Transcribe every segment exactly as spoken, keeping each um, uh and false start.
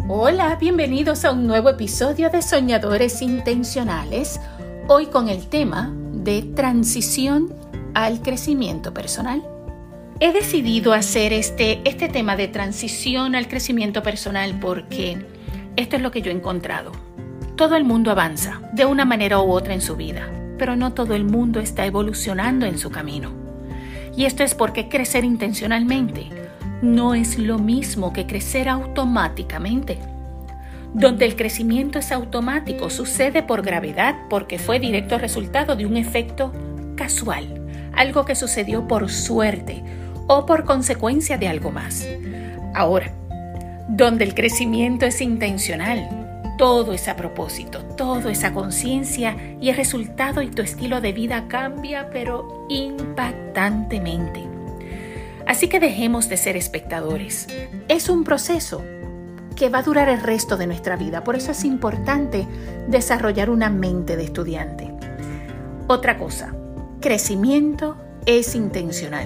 Hola, bienvenidos a un nuevo episodio de Soñadores Intencionales, hoy con el tema de transición al crecimiento personal. He decidido hacer este, este tema de transición al crecimiento personal porque esto es lo que yo he encontrado. Todo el mundo avanza de una manera u otra en su vida, pero no todo el mundo está evolucionando en su camino. Y esto es porque crecer intencionalmente no es lo mismo que crecer automáticamente. Donde el crecimiento es automático, sucede por gravedad porque fue directo resultado de un efecto casual, algo que sucedió por suerte o por consecuencia de algo más. Ahora, donde el crecimiento es intencional, todo es a propósito, todo es a conciencia y el resultado y tu estilo de vida cambia, pero impactantemente. Así que dejemos de ser espectadores. Es un proceso que va a durar el resto de nuestra vida. Por eso es importante desarrollar una mente de estudiante. Otra cosa, crecimiento es intencional.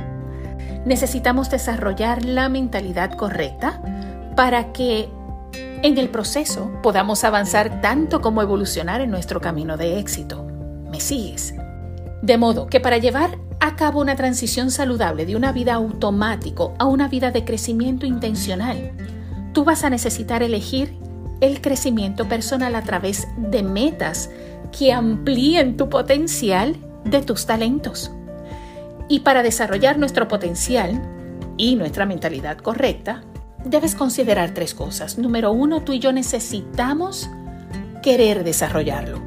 Necesitamos desarrollar la mentalidad correcta para que en el proceso podamos avanzar tanto como evolucionar en nuestro camino de éxito. ¿Me sigues? De modo que para llevar a cabo una transición saludable de una vida automático a una vida de crecimiento intencional, tú vas a necesitar elegir el crecimiento personal a través de metas que amplíen tu potencial de tus talentos. Y para desarrollar nuestro potencial y nuestra mentalidad correcta, debes considerar tres cosas. Número uno, tú y yo necesitamos querer desarrollarlo.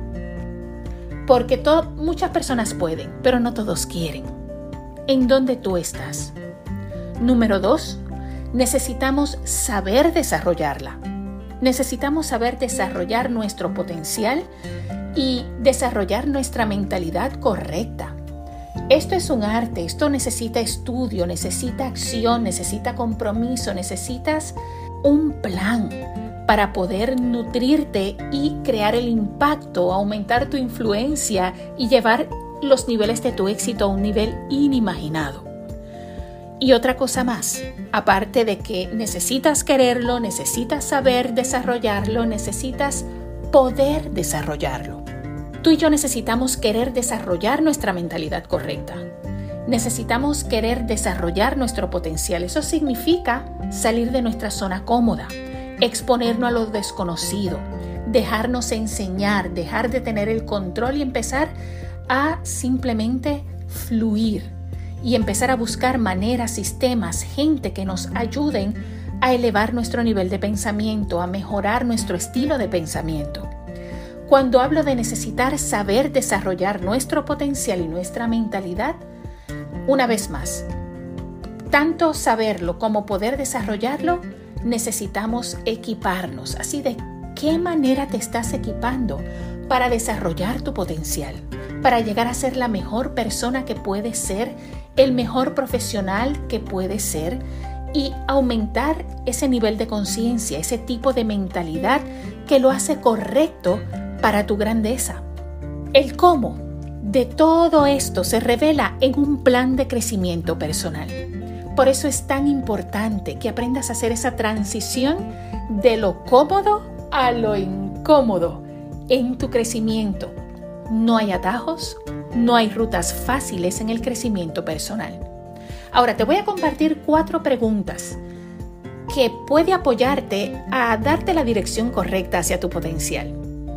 Porque to- muchas personas pueden, pero no todos quieren. ¿En dónde tú estás? Número dos, necesitamos saber desarrollarla. Necesitamos saber desarrollar nuestro potencial y desarrollar nuestra mentalidad correcta. Esto es un arte, esto necesita estudio, necesita acción, necesita compromiso, necesitas un plan para poder nutrirte y crear el impacto, aumentar tu influencia y llevar los niveles de tu éxito a un nivel inimaginado. Y otra cosa más, aparte de que necesitas quererlo, necesitas saber desarrollarlo, necesitas poder desarrollarlo. Tú y yo necesitamos querer desarrollar nuestra mentalidad correcta. Necesitamos querer desarrollar nuestro potencial. Eso significa salir de nuestra zona cómoda, exponernos a lo desconocido, dejarnos enseñar, dejar de tener el control y empezar a simplemente fluir y empezar a buscar maneras, sistemas, gente que nos ayuden a elevar nuestro nivel de pensamiento, a mejorar nuestro estilo de pensamiento. Cuando hablo de necesitar saber desarrollar nuestro potencial y nuestra mentalidad, una vez más, tanto saberlo como poder desarrollarlo, necesitamos equiparnos. Así, ¿de qué manera te estás equipando para desarrollar tu potencial? Para llegar a ser la mejor persona que puedes ser, el mejor profesional que puedes ser y aumentar ese nivel de conciencia, ese tipo de mentalidad que lo hace correcto para tu grandeza. El cómo de todo esto se revela en un plan de crecimiento personal. Por eso es tan importante que aprendas a hacer esa transición de lo cómodo a lo incómodo en tu crecimiento. No hay atajos, no hay rutas fáciles en el crecimiento personal. Ahora te voy a compartir cuatro preguntas que puede apoyarte a darte la dirección correcta hacia tu potencial.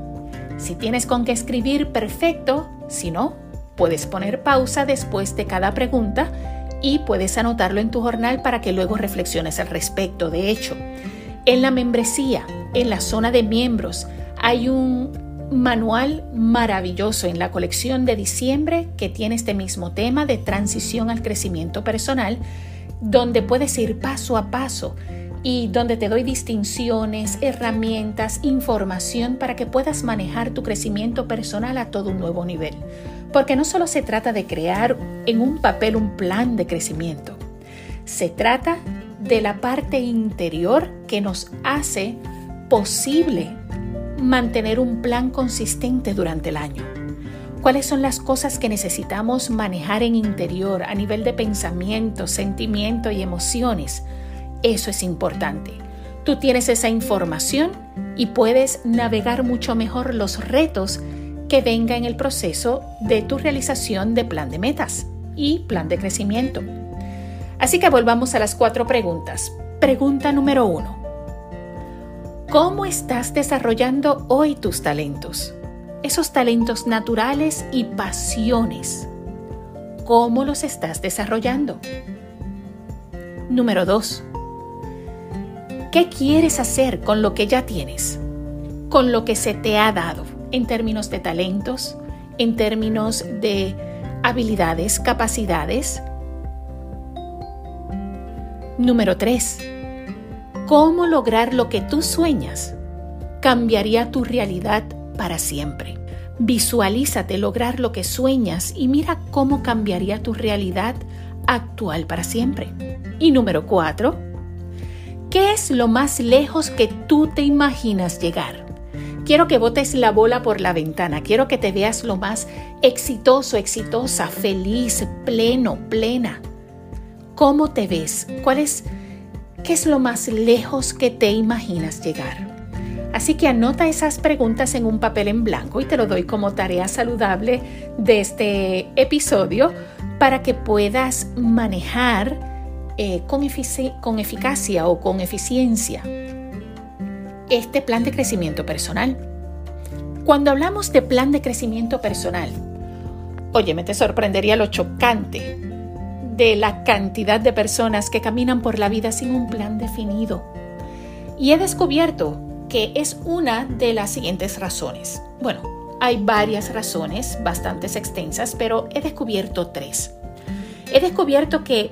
Si tienes con qué escribir, perfecto. Si no, puedes poner pausa después de cada pregunta y puedes anotarlo en tu jornal para que luego reflexiones al respecto. De hecho, en la membresía, en la zona de miembros, hay un manual maravilloso en la colección de diciembre que tiene este mismo tema de transición al crecimiento personal, donde puedes ir paso a paso y donde te doy distinciones, herramientas, información para que puedas manejar tu crecimiento personal a todo un nuevo nivel. Porque no solo se trata de crear en un papel un plan de crecimiento, se trata de la parte interior que nos hace posible mantener un plan consistente durante el año. ¿Cuáles son las cosas que necesitamos manejar en interior a nivel de pensamiento, sentimiento y emociones? Eso es importante. Tú tienes esa información y puedes navegar mucho mejor los retos que venga en el proceso de tu realización de plan de metas y plan de crecimiento. Así que volvamos a las cuatro preguntas. Pregunta número uno. ¿Cómo estás desarrollando hoy tus talentos? Esos talentos naturales y pasiones. ¿Cómo los estás desarrollando? Número dos. ¿Qué quieres hacer con lo que ya tienes? Con lo que se te ha dado, en términos de talentos, en términos de habilidades, capacidades. Número tres. ¿Cómo lograr lo que tú sueñas? Cambiaría tu realidad para siempre. Visualízate lograr lo que sueñas y mira cómo cambiaría tu realidad actual para siempre. Y número cuatro. ¿Qué es lo más lejos que tú te imaginas llegar? Quiero que botes la bola por la ventana. Quiero que te veas lo más exitoso, exitosa, feliz, pleno, plena. ¿Cómo te ves? ¿Cuál es, qué es lo más lejos que te imaginas llegar? Así que anota esas preguntas en un papel en blanco y te lo doy como tarea saludable de este episodio para que puedas manejar Eh, con, efic- con eficacia o con eficiencia este plan de crecimiento personal. Cuando hablamos de plan de crecimiento personal, oye, me te sorprendería lo chocante de la cantidad de personas que caminan por la vida sin un plan definido. Y he descubierto que es una de las siguientes razones. Bueno, hay varias razones bastante extensas, pero he descubierto tres. He descubierto que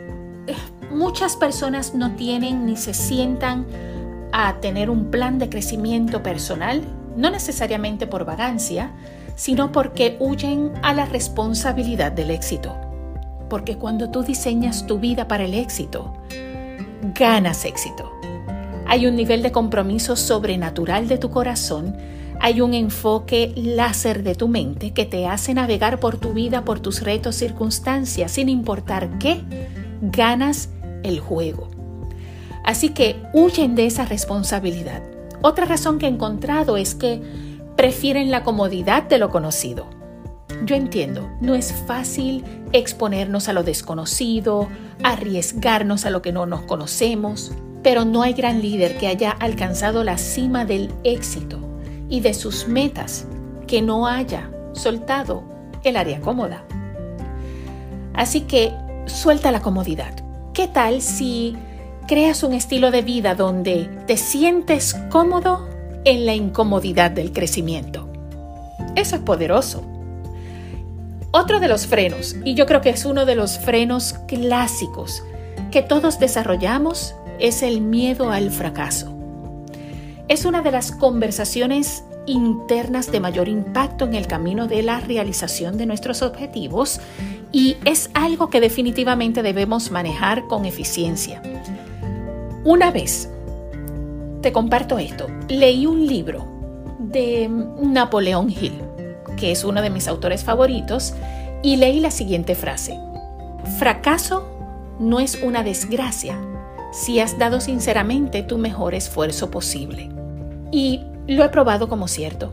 muchas personas no tienen ni se sientan a tener un plan de crecimiento personal, no necesariamente por vagancia, sino porque huyen a la responsabilidad del éxito. Porque cuando tú diseñas tu vida para el éxito, ganas éxito. Hay un nivel de compromiso sobrenatural de tu corazón, hay un enfoque láser de tu mente que te hace navegar por tu vida, por tus retos, circunstancias, sin importar qué, ganas el juego. Así que huyen de esa responsabilidad. Otra razón que he encontrado es que prefieren la comodidad de lo conocido. Yo entiendo, no es fácil exponernos a lo desconocido, arriesgarnos a lo que no nos conocemos, pero no hay gran líder que haya alcanzado la cima del éxito y de sus metas que no haya soltado el área cómoda. Así que suelta la comodidad. ¿Qué tal si creas un estilo de vida donde te sientes cómodo en la incomodidad del crecimiento? Eso es poderoso. Otro de los frenos, y yo creo que es uno de los frenos clásicos que todos desarrollamos, es el miedo al fracaso. Es una de las conversaciones internas de mayor impacto en el camino de la realización de nuestros objetivos y es algo que definitivamente debemos manejar con eficiencia. Una vez, te comparto esto, leí un libro de Napoleón Hill, que es uno de mis autores favoritos, y leí la siguiente frase: fracaso no es una desgracia si has dado sinceramente tu mejor esfuerzo posible. Y lo he probado como cierto.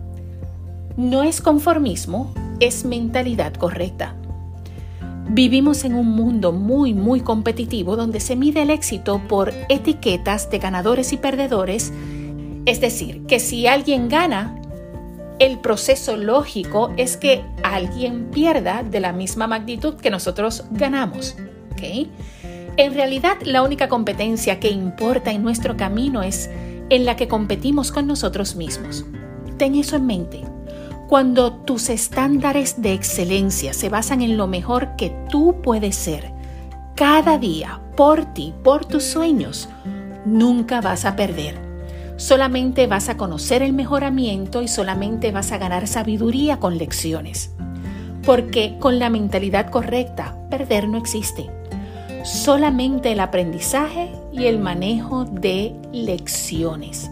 No es conformismo, es mentalidad correcta. Vivimos en un mundo muy, muy competitivo donde se mide el éxito por etiquetas de ganadores y perdedores. Es decir, que si alguien gana, el proceso lógico es que alguien pierda de la misma magnitud que nosotros ganamos. ¿Okay? En realidad, la única competencia que importa en nuestro camino es en la que competimos con nosotros mismos. Ten eso en mente. Cuando tus estándares de excelencia se basan en lo mejor que tú puedes ser, cada día, por ti, por tus sueños, nunca vas a perder. Solamente vas a conocer el mejoramiento y solamente vas a ganar sabiduría con lecciones. Porque con la mentalidad correcta, perder no existe. Solamente el aprendizaje y el manejo de lecciones.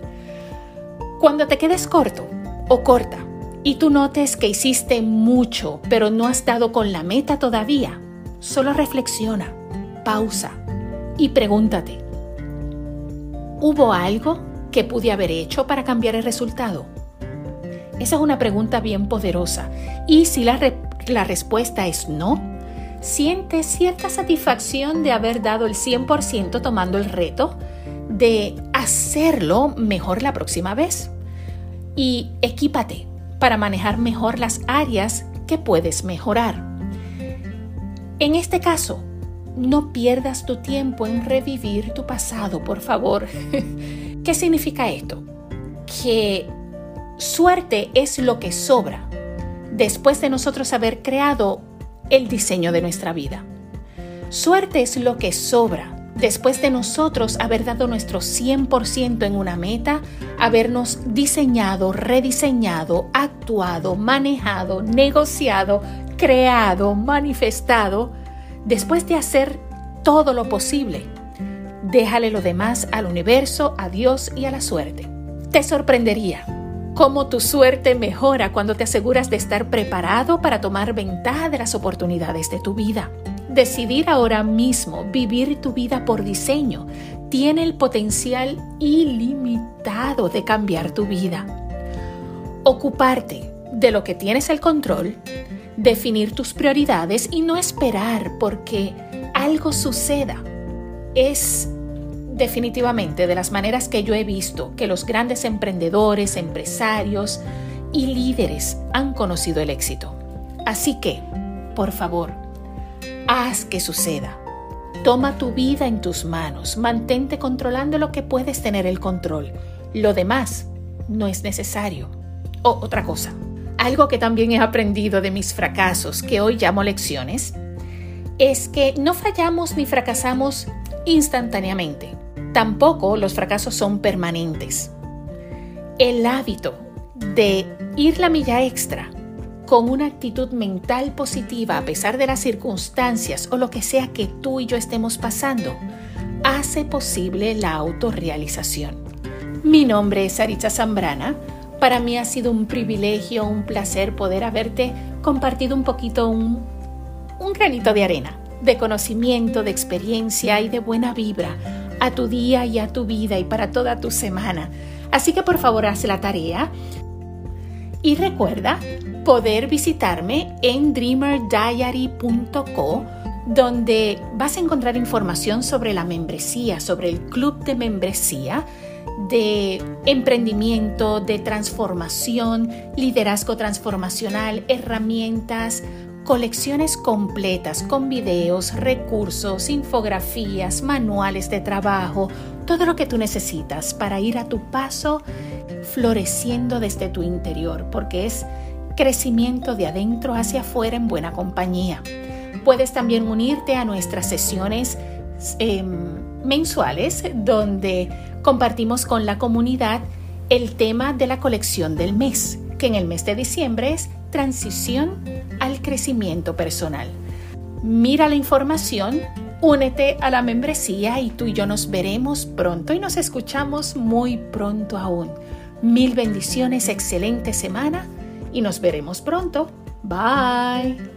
Cuando te quedes corto o corta y tú notes que hiciste mucho pero no has dado con la meta todavía, solo reflexiona, pausa y pregúntate: ¿Hubo algo que pude haber hecho para cambiar el resultado? Esa es una pregunta bien poderosa. Y si la, re- la respuesta es no, sientes cierta satisfacción de haber dado el cien por ciento tomando el reto de hacerlo mejor la próxima vez. Y equípate para manejar mejor las áreas que puedes mejorar. En este caso, no pierdas tu tiempo en revivir tu pasado, por favor. ¿Qué significa esto? Que suerte es lo que sobra después de nosotros haber creado el diseño de nuestra vida. Suerte es lo que sobra después de nosotros haber dado nuestro cien por ciento en una meta, habernos diseñado, rediseñado, actuado, manejado, negociado, creado, manifestado, después de hacer todo lo posible. Déjale lo demás al universo, a Dios y a la suerte. Te sorprendería cómo tu suerte mejora cuando te aseguras de estar preparado para tomar ventaja de las oportunidades de tu vida. Decidir ahora mismo vivir tu vida por diseño tiene el potencial ilimitado de cambiar tu vida. Ocuparte de lo que tienes el control, definir tus prioridades y no esperar porque algo suceda es definitivamente de las maneras que yo he visto que los grandes emprendedores, empresarios y líderes han conocido el éxito. Así que, por favor, haz que suceda. Toma tu vida en tus manos. Mantente controlando lo que puedes tener el control. Lo demás no es necesario. O otra cosa, algo que también he aprendido de mis fracasos, que hoy llamo lecciones, es que no fallamos ni fracasamos instantáneamente. Tampoco los fracasos son permanentes. El hábito de ir la milla extra con una actitud mental positiva a pesar de las circunstancias o lo que sea que tú y yo estemos pasando, hace posible la autorrealización. Mi nombre es Saritza Zambrana. Para mí ha sido un privilegio, un placer poder haberte compartido un poquito, un, un granito de arena, de conocimiento, de experiencia y de buena vibra a tu día y a tu vida y para toda tu semana. Así que por favor haz la tarea y recuerda poder visitarme en dreamer diary punto co, donde vas a encontrar información sobre la membresía, sobre el club de membresía de emprendimiento, de transformación, liderazgo transformacional, herramientas, colecciones completas con videos, recursos, infografías, manuales de trabajo, todo lo que tú necesitas para ir a tu paso floreciendo desde tu interior, porque es crecimiento de adentro hacia afuera en buena compañía. Puedes también unirte a nuestras sesiones eh, mensuales donde compartimos con la comunidad el tema de la colección del mes, que en el mes de diciembre es transición al crecimiento personal. Mira la información, únete a la membresía y tú y yo nos veremos pronto y nos escuchamos muy pronto aún. Mil bendiciones, excelente semana y nos veremos pronto. Bye.